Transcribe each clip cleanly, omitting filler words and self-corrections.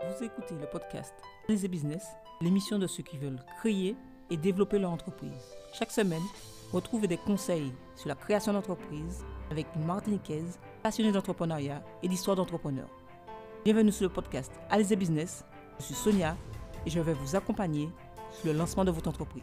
Vous écoutez le podcast Analyse Business, l'émission de ceux qui veulent créer et développer leur entreprise. Chaque semaine, retrouvez des conseils sur la création d'entreprise avec une Martiniquaise passionnée d'entrepreneuriat et d'histoire d'entrepreneurs. Bienvenue sur le podcast Analyse Business. Je suis Sonia et je vais vous accompagner sur le lancement de votre entreprise.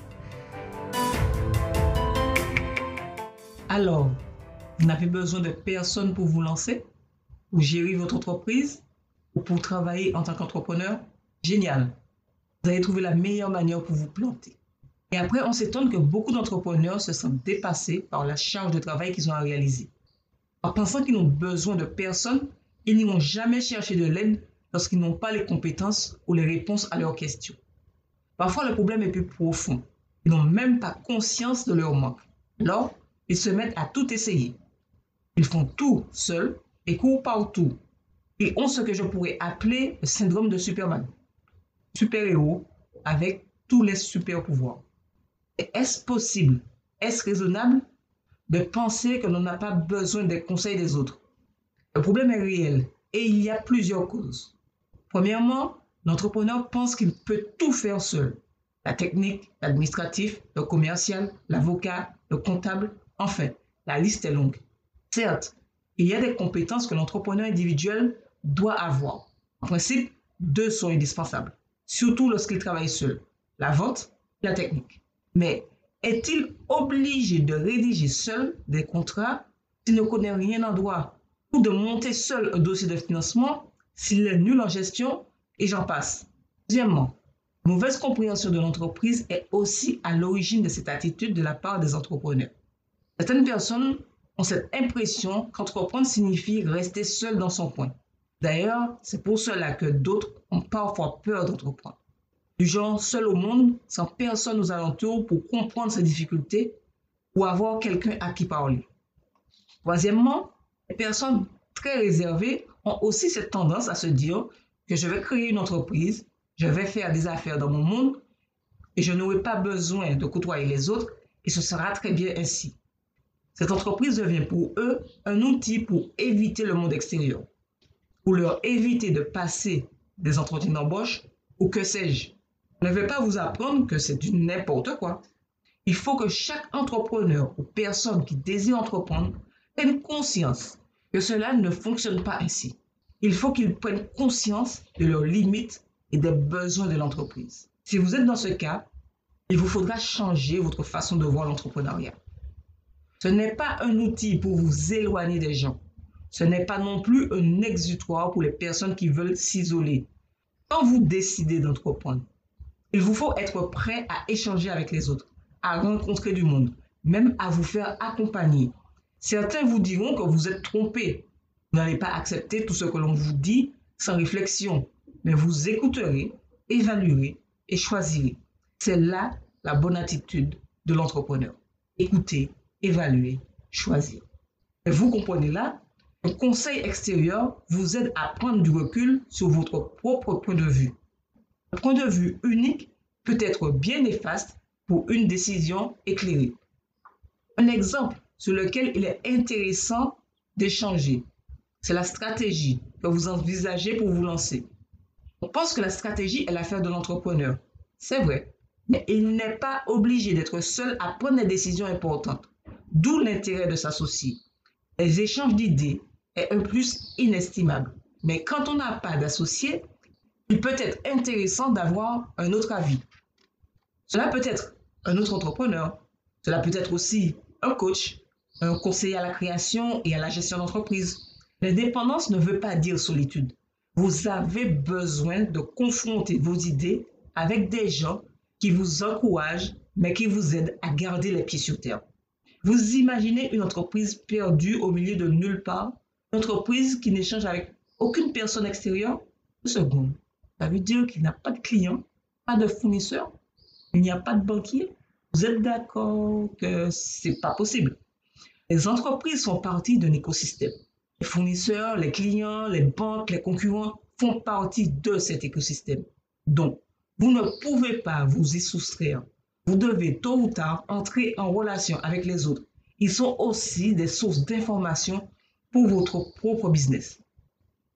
Alors, vous n'avez besoin de personne pour vous lancer, pour gérer votre entreprise ou pour travailler en tant qu'entrepreneur? Génial! Vous allez trouver la meilleure manière pour vous planter. Et après, on s'étonne que beaucoup d'entrepreneurs se sentent dépassés par la charge de travail qu'ils ont à réaliser. En pensant qu'ils n'ont besoin de personne, ils n'iront jamais chercher de l'aide lorsqu'ils n'ont pas les compétences ou les réponses à leurs questions. Parfois, le problème est plus profond. Ils n'ont même pas conscience de leur manque. Alors, ils se mettent à tout essayer. Ils font tout seuls et courent partout. Ils ont ce que je pourrais appeler le syndrome de Superman. Super-héros avec tous les super-pouvoirs. Est-ce possible, est-ce raisonnable de penser que l'on n'a pas besoin des conseils des autres? Le problème est réel et il y a plusieurs causes. Premièrement, l'entrepreneur pense qu'il peut tout faire seul. La technique, l'administratif, le commercial, l'avocat, le comptable, enfin, la liste est longue. Certes, il y a des compétences que l'entrepreneur individuel doit avoir. En principe, deux sont indispensables, surtout lorsqu'il travaille seul, la vente et la technique. Mais est-il obligé de rédiger seul des contrats s'il ne connaît rien en droit ou de monter seul un dossier de financement s'il est nul en gestion et j'en passe? Deuxièmement, la mauvaise compréhension de l'entreprise est aussi à l'origine de cette attitude de la part des entrepreneurs. Certaines personnes ont cette impression qu'entreprendre signifie rester seul dans son coin. D'ailleurs, c'est pour cela que d'autres ont parfois peur d'entreprendre. Du genre seul au monde, sans personne aux alentours pour comprendre ses difficultés ou avoir quelqu'un à qui parler. Troisièmement, les personnes très réservées ont aussi cette tendance à se dire que je vais créer une entreprise, je vais faire des affaires dans mon monde et je n'aurai pas besoin de côtoyer les autres et ce sera très bien ainsi. Cette entreprise devient pour eux un outil pour éviter le monde extérieur, pour leur éviter de passer des entretiens d'embauche ou que sais-je. Je ne vais pas vous apprendre que c'est du n'importe quoi. Il faut que chaque entrepreneur ou personne qui désire entreprendre prenne conscience que cela ne fonctionne pas ainsi. Il faut qu'ils prennent conscience de leurs limites et des besoins de l'entreprise. Si vous êtes dans ce cas, il vous faudra changer votre façon de voir l'entrepreneuriat. Ce n'est pas un outil pour vous éloigner des gens. Ce n'est pas non plus un exutoire pour les personnes qui veulent s'isoler. Quand vous décidez d'entreprendre, il vous faut être prêt à échanger avec les autres, à rencontrer du monde, même à vous faire accompagner. Certains vous diront que vous êtes trompé. Vous n'allez pas accepter tout ce que l'on vous dit sans réflexion, mais vous écouterez, évaluerez et choisirez. C'est là la bonne attitude de l'entrepreneur. Écoutez, évaluer, choisir. Et vous comprenez là, un conseil extérieur vous aide à prendre du recul sur votre propre point de vue. Un point de vue unique peut être bien néfaste pour une décision éclairée. Un exemple sur lequel il est intéressant d'échanger, c'est la stratégie que vous envisagez pour vous lancer. On pense que la stratégie est l'affaire de l'entrepreneur. C'est vrai, mais il n'est pas obligé d'être seul à prendre des décisions importantes. D'où l'intérêt de s'associer. Les échanges d'idées est un plus inestimable. Mais quand on n'a pas d'associé, il peut être intéressant d'avoir un autre avis. Cela peut être un autre entrepreneur. Cela peut être aussi un coach, un conseiller à la création et à la gestion d'entreprise. L'indépendance ne veut pas dire solitude. Vous avez besoin de confronter vos idées avec des gens qui vous encouragent, mais qui vous aident à garder les pieds sur terre. Vous imaginez une entreprise perdue au milieu de nulle part, une entreprise qui n'échange avec aucune personne extérieure? Une seconde, ça veut dire qu'il n'y a pas de clients, pas de fournisseurs, il n'y a pas de banquier. Vous êtes d'accord que c'est pas possible? Les entreprises font partie d'un écosystème. Les fournisseurs, les clients, les banques, les concurrents font partie de cet écosystème. Donc, vous ne pouvez pas vous y soustraire. Vous devez tôt ou tard entrer en relation avec les autres. Ils sont aussi des sources d'informations pour votre propre business.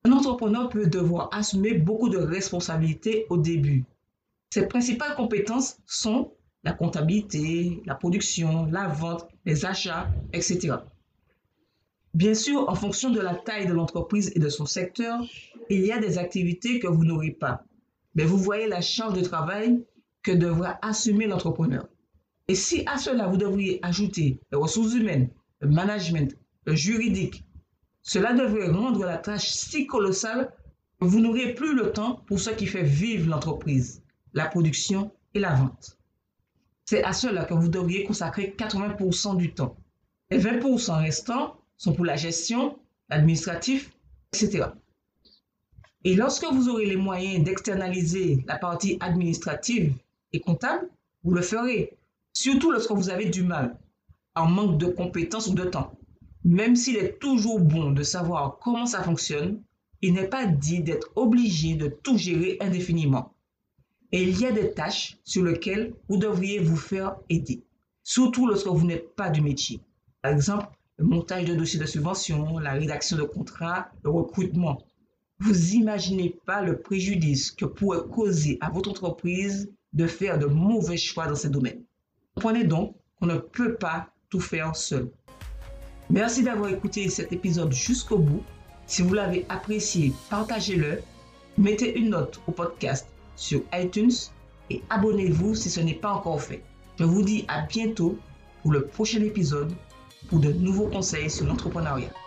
Un entrepreneur peut devoir assumer beaucoup de responsabilités au début. Ses principales compétences sont la comptabilité, la production, la vente, les achats, etc. Bien sûr, en fonction de la taille de l'entreprise et de son secteur, il y a des activités que vous n'aurez pas. Mais vous voyez la charge de travail que devra assumer l'entrepreneur. Et si à cela vous devriez ajouter les ressources humaines, le management, le juridique, cela devrait rendre la tâche si colossale que vous n'aurez plus le temps pour ce qui fait vivre l'entreprise, la production et la vente. C'est à cela que vous devriez consacrer 80% du temps. Les 20% restants sont pour la gestion, l'administratif, etc. Et lorsque vous aurez les moyens d'externaliser la partie administrative et comptable, vous le ferez, surtout lorsque vous avez du mal, en manque de compétences ou de temps. Même s'il est toujours bon de savoir comment ça fonctionne, il n'est pas dit d'être obligé de tout gérer indéfiniment. Et il y a des tâches sur lesquelles vous devriez vous faire aider, surtout lorsque vous n'êtes pas du métier. Par exemple, le montage de dossiers de subvention, la rédaction de contrats, le recrutement. Vous n'imaginez pas le préjudice que pourrait causer à votre entreprise de faire de mauvais choix dans ces domaines. Comprenez donc qu'on ne peut pas tout faire seul. Merci d'avoir écouté cet épisode jusqu'au bout. Si vous l'avez apprécié, partagez-le, mettez une note au podcast sur iTunes et abonnez-vous si ce n'est pas encore fait. Je vous dis à bientôt pour le prochain épisode pour de nouveaux conseils sur l'entrepreneuriat.